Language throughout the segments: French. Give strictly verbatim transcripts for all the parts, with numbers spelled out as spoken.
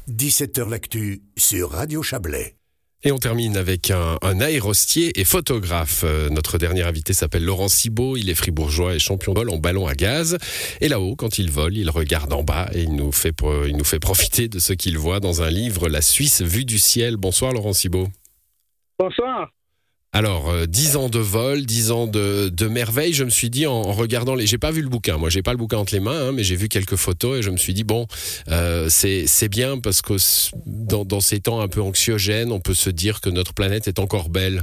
dix-sept heures l'actu sur Radio Chablais. Et on termine avec un, un aérostier et photographe. Euh, notre dernier invité s'appelle Laurent Cibaud, il est fribourgeois et champion de vol en ballon à gaz. Et là-haut, quand il vole, il regarde en bas et il nous fait, il nous fait profiter de ce qu'il voit dans un livre, La Suisse vue du ciel. Bonsoir Laurent Cibaud. Bonsoir. Alors, euh, dix ans de vol, dix ans de, de merveille, je me suis dit en, en regardant les... J'ai pas vu le bouquin, moi j'ai pas le bouquin entre les mains, hein, mais j'ai vu quelques photos et je me suis dit, bon, euh, c'est, c'est bien parce que dans, dans ces temps un peu anxiogènes, on peut se dire que notre planète est encore belle.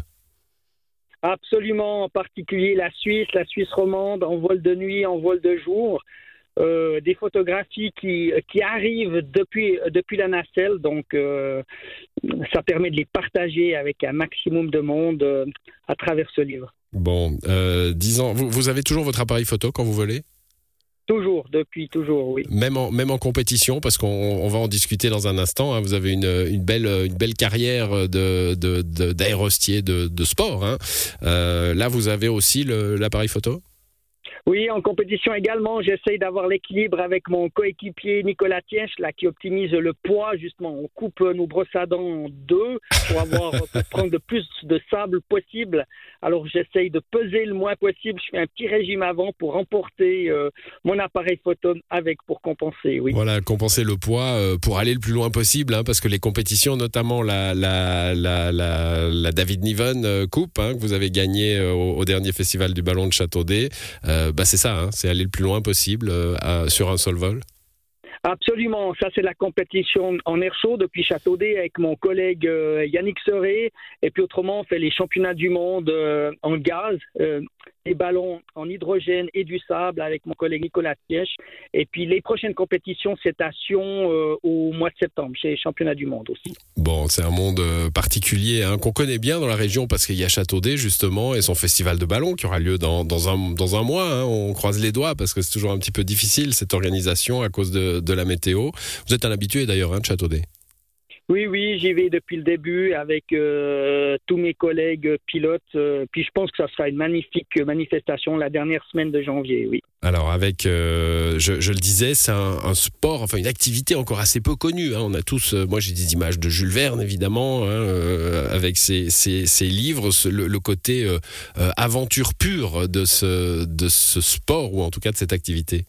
Absolument, en particulier la Suisse, la Suisse romande, en vol de nuit, en vol de jour. Euh, des photographies qui, qui arrivent depuis, depuis la nacelle, donc euh, ça permet de les partager avec un maximum de monde euh, à travers ce livre. Bon, euh, dix ans, vous, vous avez toujours votre appareil photo quand vous volez ? Toujours, depuis toujours, oui. Même en, même en compétition, parce qu'on on va en discuter dans un instant, hein, vous avez une, une, belle, une belle carrière de, de, de, d'aérostier de, de sport. Hein. Euh, là, vous avez aussi le, l'appareil photo ? Oui, en compétition également, j'essaye d'avoir l'équilibre avec mon coéquipier Nicolas Tièche, là, qui optimise le poids, justement. On coupe nos brosses à dents en deux pour, avoir, pour prendre le plus de sable possible. Alors, j'essaye de peser le moins possible. Je fais un petit régime avant pour remporter euh, mon appareil photo avec, pour compenser, oui. Voilà, compenser le poids euh, pour aller le plus loin possible, hein, parce que les compétitions, notamment la, la, la, la, la David Niven euh, Coupe, hein, que vous avez gagné euh, au, au dernier festival du ballon de Châteaudet, euh, bah c'est ça, hein, c'est aller le plus loin possible euh, à, sur un seul vol. Absolument, ça c'est la compétition en air chaud depuis Châteaudet avec mon collègue euh, Yannick Serret, et puis autrement on fait les championnats du monde euh, en gaz, euh, des ballons en hydrogène et du sable avec mon collègue Nicolas Tièche, et puis les prochaines compétitions c'est à Sion euh, au mois de septembre, chez les championnats du monde aussi. Bon, c'est un monde euh, particulier hein, qu'on connaît bien dans la région parce qu'il y a Châteaudet justement et son festival de ballon qui aura lieu dans, dans, un, dans un mois, hein, on croise les doigts parce que c'est toujours un petit peu difficile cette organisation à cause de, de la météo. Vous êtes un habitué d'ailleurs hein, de Châteaudet. Oui, oui, j'y vais depuis le début avec euh, tous mes collègues pilotes. Euh, puis je pense que ça sera une magnifique manifestation la dernière semaine de janvier, oui. Alors avec, euh, je, je le disais, c'est un, un sport, enfin une activité encore assez peu connue. Hein. On a tous, euh, moi j'ai des images de Jules Verne évidemment, hein, euh, avec ses, ses, ses livres, ce, le, le côté euh, euh, aventure pure de ce, de ce sport ou en tout cas de cette activité.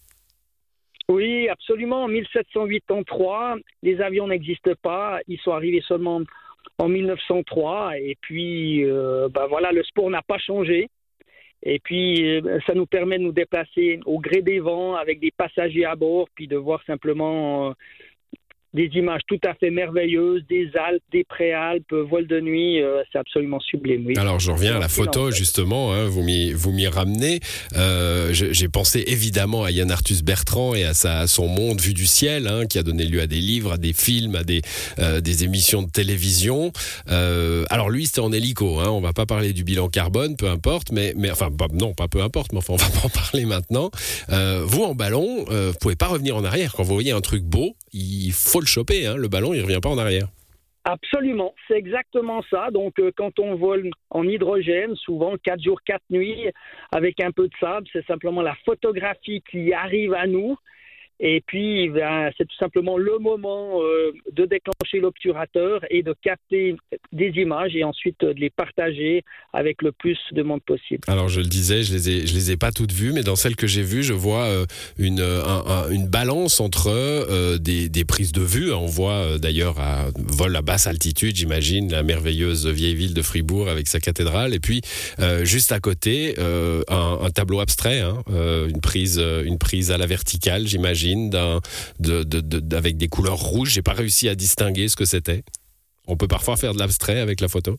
Oui, absolument. En dix-sept cent quatre-vingt-trois, les avions n'existent pas. Ils sont arrivés seulement en mille neuf cent trois. Et puis, euh, ben voilà, le sport n'a pas changé. Et puis, euh, ça nous permet de nous déplacer au gré des vents avec des passagers à bord, puis de voir simplement euh, des images tout à fait merveilleuses, des Alpes, des Préalpes, vol de nuit, euh, c'est absolument sublime. Oui. Alors je reviens à la photo justement, hein, vous m'y vous m'y ramenez. Euh, j'ai pensé évidemment à Yann Arthus Bertrand et à, sa, à son monde vu du ciel, hein, qui a donné lieu à des livres, à des films, à des euh, des émissions de télévision. Euh, alors lui c'était en hélico, hein, on va pas parler du bilan carbone, peu importe, mais mais enfin pas, non pas peu importe, mais enfin on va pas en parler maintenant. Euh, vous en ballon, euh, vous pouvez pas revenir en arrière quand vous voyez un truc beau, il faut le choper, hein, le ballon il revient pas en arrière. Absolument, c'est exactement ça. Donc euh, quand on vole en hydrogène, souvent quatre jours, quatre nuits, avec un peu de sable, c'est simplement la photographie qui arrive à nous. Et puis, ben, c'est tout simplement le moment euh, de déclencher l'obturateur et de capter des images et ensuite de les partager avec le plus de monde possible. Alors, je le disais, je les ai, je les ai pas toutes vues, mais dans celles que j'ai vues, je vois euh, une, un, un, une balance entre euh, des, des prises de vue. On voit euh, d'ailleurs à vol à basse altitude, j'imagine, la merveilleuse vieille ville de Fribourg avec sa cathédrale. Et puis, euh, juste à côté, euh, un, un tableau abstrait, hein, euh, une prise, une prise à la verticale, j'imagine. D'un, de, de, de, avec des couleurs rouges. J'ai pas réussi à distinguer ce que c'était. On peut parfois faire de l'abstrait avec la photo.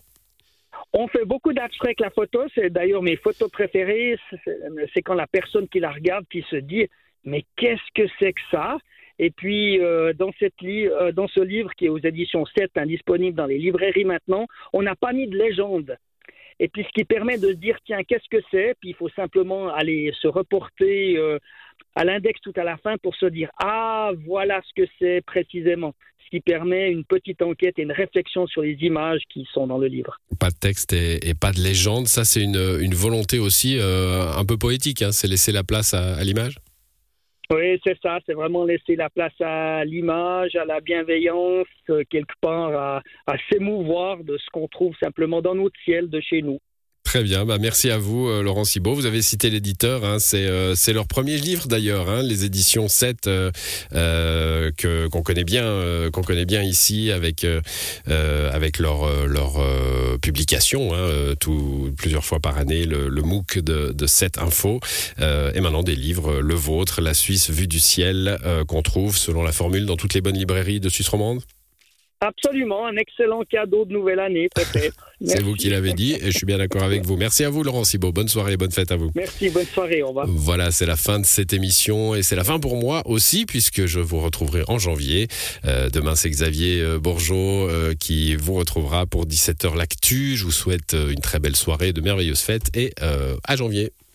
On fait beaucoup d'abstrait avec la photo. C'est d'ailleurs mes photos préférées. C'est, c'est quand la personne qui la regarde qui se dit « mais qu'est-ce que c'est que ça ?» Et puis, euh, dans, cette li- euh, dans ce livre qui est aux éditions sept, indisponible dans les librairies maintenant, on n'a pas mis de légende. Et puis, ce qui permet de se dire, tiens, qu'est-ce que c'est ? Puis, il faut simplement aller se reporter euh, à l'index tout à la fin pour se dire, ah, voilà ce que c'est précisément. Ce qui permet une petite enquête et une réflexion sur les images qui sont dans le livre. Pas de texte et, et pas de légende. Ça, c'est une, une volonté aussi euh, un peu poétique. Hein, c'est laisser la place à, à l'image. Oui, c'est ça. C'est vraiment laisser la place à l'image, à la bienveillance, euh, quelque part à, à s'émouvoir de ce qu'on trouve simplement dans notre ciel de chez nous. Très bien, bah merci à vous euh, Laurent Cibot. Vous avez cité l'éditeur, hein, c'est, euh, c'est leur premier livre d'ailleurs, hein, les éditions sept euh, euh, que, qu'on connaît bien, euh, qu'on connaît bien ici avec, euh, avec leur, euh, leur euh, publication, hein, euh, tout, plusieurs fois par année, le, le MOOC de, de sept Info, euh, et maintenant des livres, le vôtre, La Suisse vue du ciel, euh, qu'on trouve selon la formule dans toutes les bonnes librairies de Suisse romande. Absolument, un excellent cadeau de nouvelle année, peut-être. C'est vous qui l'avez dit et je suis bien d'accord avec vous. Merci à vous Laurent Cibot, bonne soirée et bonne fête à vous. Merci, bonne soirée, au revoir. Voilà, c'est la fin de cette émission et c'est la fin pour moi aussi puisque je vous retrouverai en janvier. Euh, demain c'est Xavier euh, Bourgeot euh, qui vous retrouvera pour dix-sept heures l'actu. Je vous souhaite une très belle soirée, de merveilleuses fêtes et euh, à janvier.